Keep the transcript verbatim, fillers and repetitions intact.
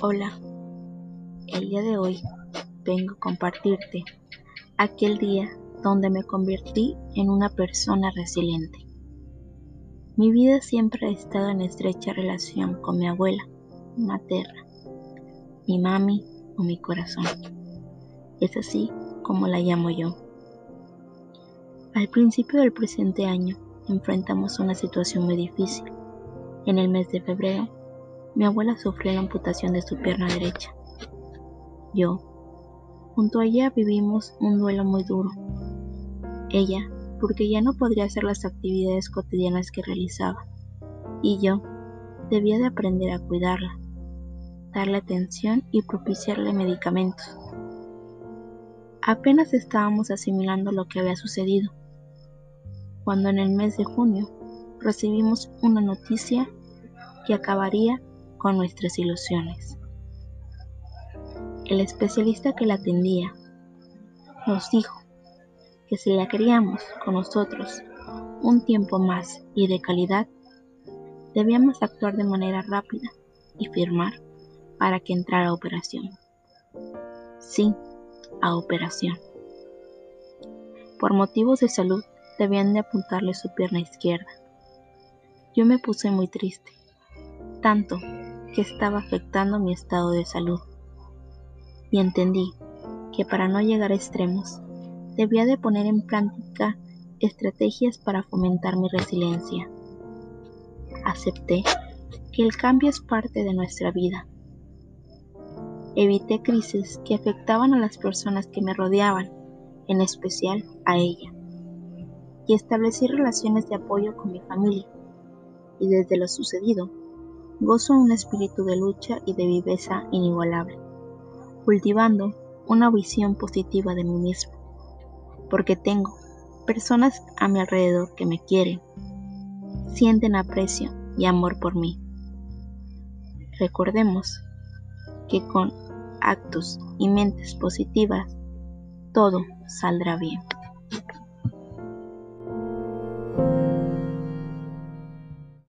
Hola, el día de hoy vengo a compartirte aquel día donde me convertí en una persona resiliente. Mi vida siempre ha estado en estrecha relación con mi abuela materna, mi mami o mi corazón. Es así como la llamo yo. Al principio del presente año enfrentamos una situación muy difícil. En el mes de febrero, mi abuela sufrió la amputación de su pierna derecha. Yo, junto a ella, vivimos un duelo muy duro. Ella, porque ya no podría hacer las actividades cotidianas que realizaba, y yo debía de aprender a cuidarla, darle atención y propiciarle medicamentos. Apenas estábamos asimilando lo que había sucedido, cuando en el mes de junio recibimos una noticia que acabaría con nuestras ilusiones. El especialista que la atendía nos dijo que si la queríamos con nosotros un tiempo más y de calidad, debíamos actuar de manera rápida y firmar para que entrara a operación. Sí, a operación. Por motivos de salud, debían de apuntarle su pierna izquierda. Yo me puse muy triste, tanto que estaba afectando mi estado de salud, y entendí que para no llegar a extremos, debía de poner en práctica estrategias para fomentar mi resiliencia. Acepté que el cambio es parte de nuestra vida. Evité crisis que afectaban a las personas que me rodeaban, en especial a ella, y establecí relaciones de apoyo con mi familia, y desde lo sucedido, gozo un espíritu de lucha y de viveza inigualable, cultivando una visión positiva de mí mismo, porque tengo personas a mi alrededor que me quieren, sienten aprecio y amor por mí. Recordemos que con actos y mentes positivas, todo saldrá bien.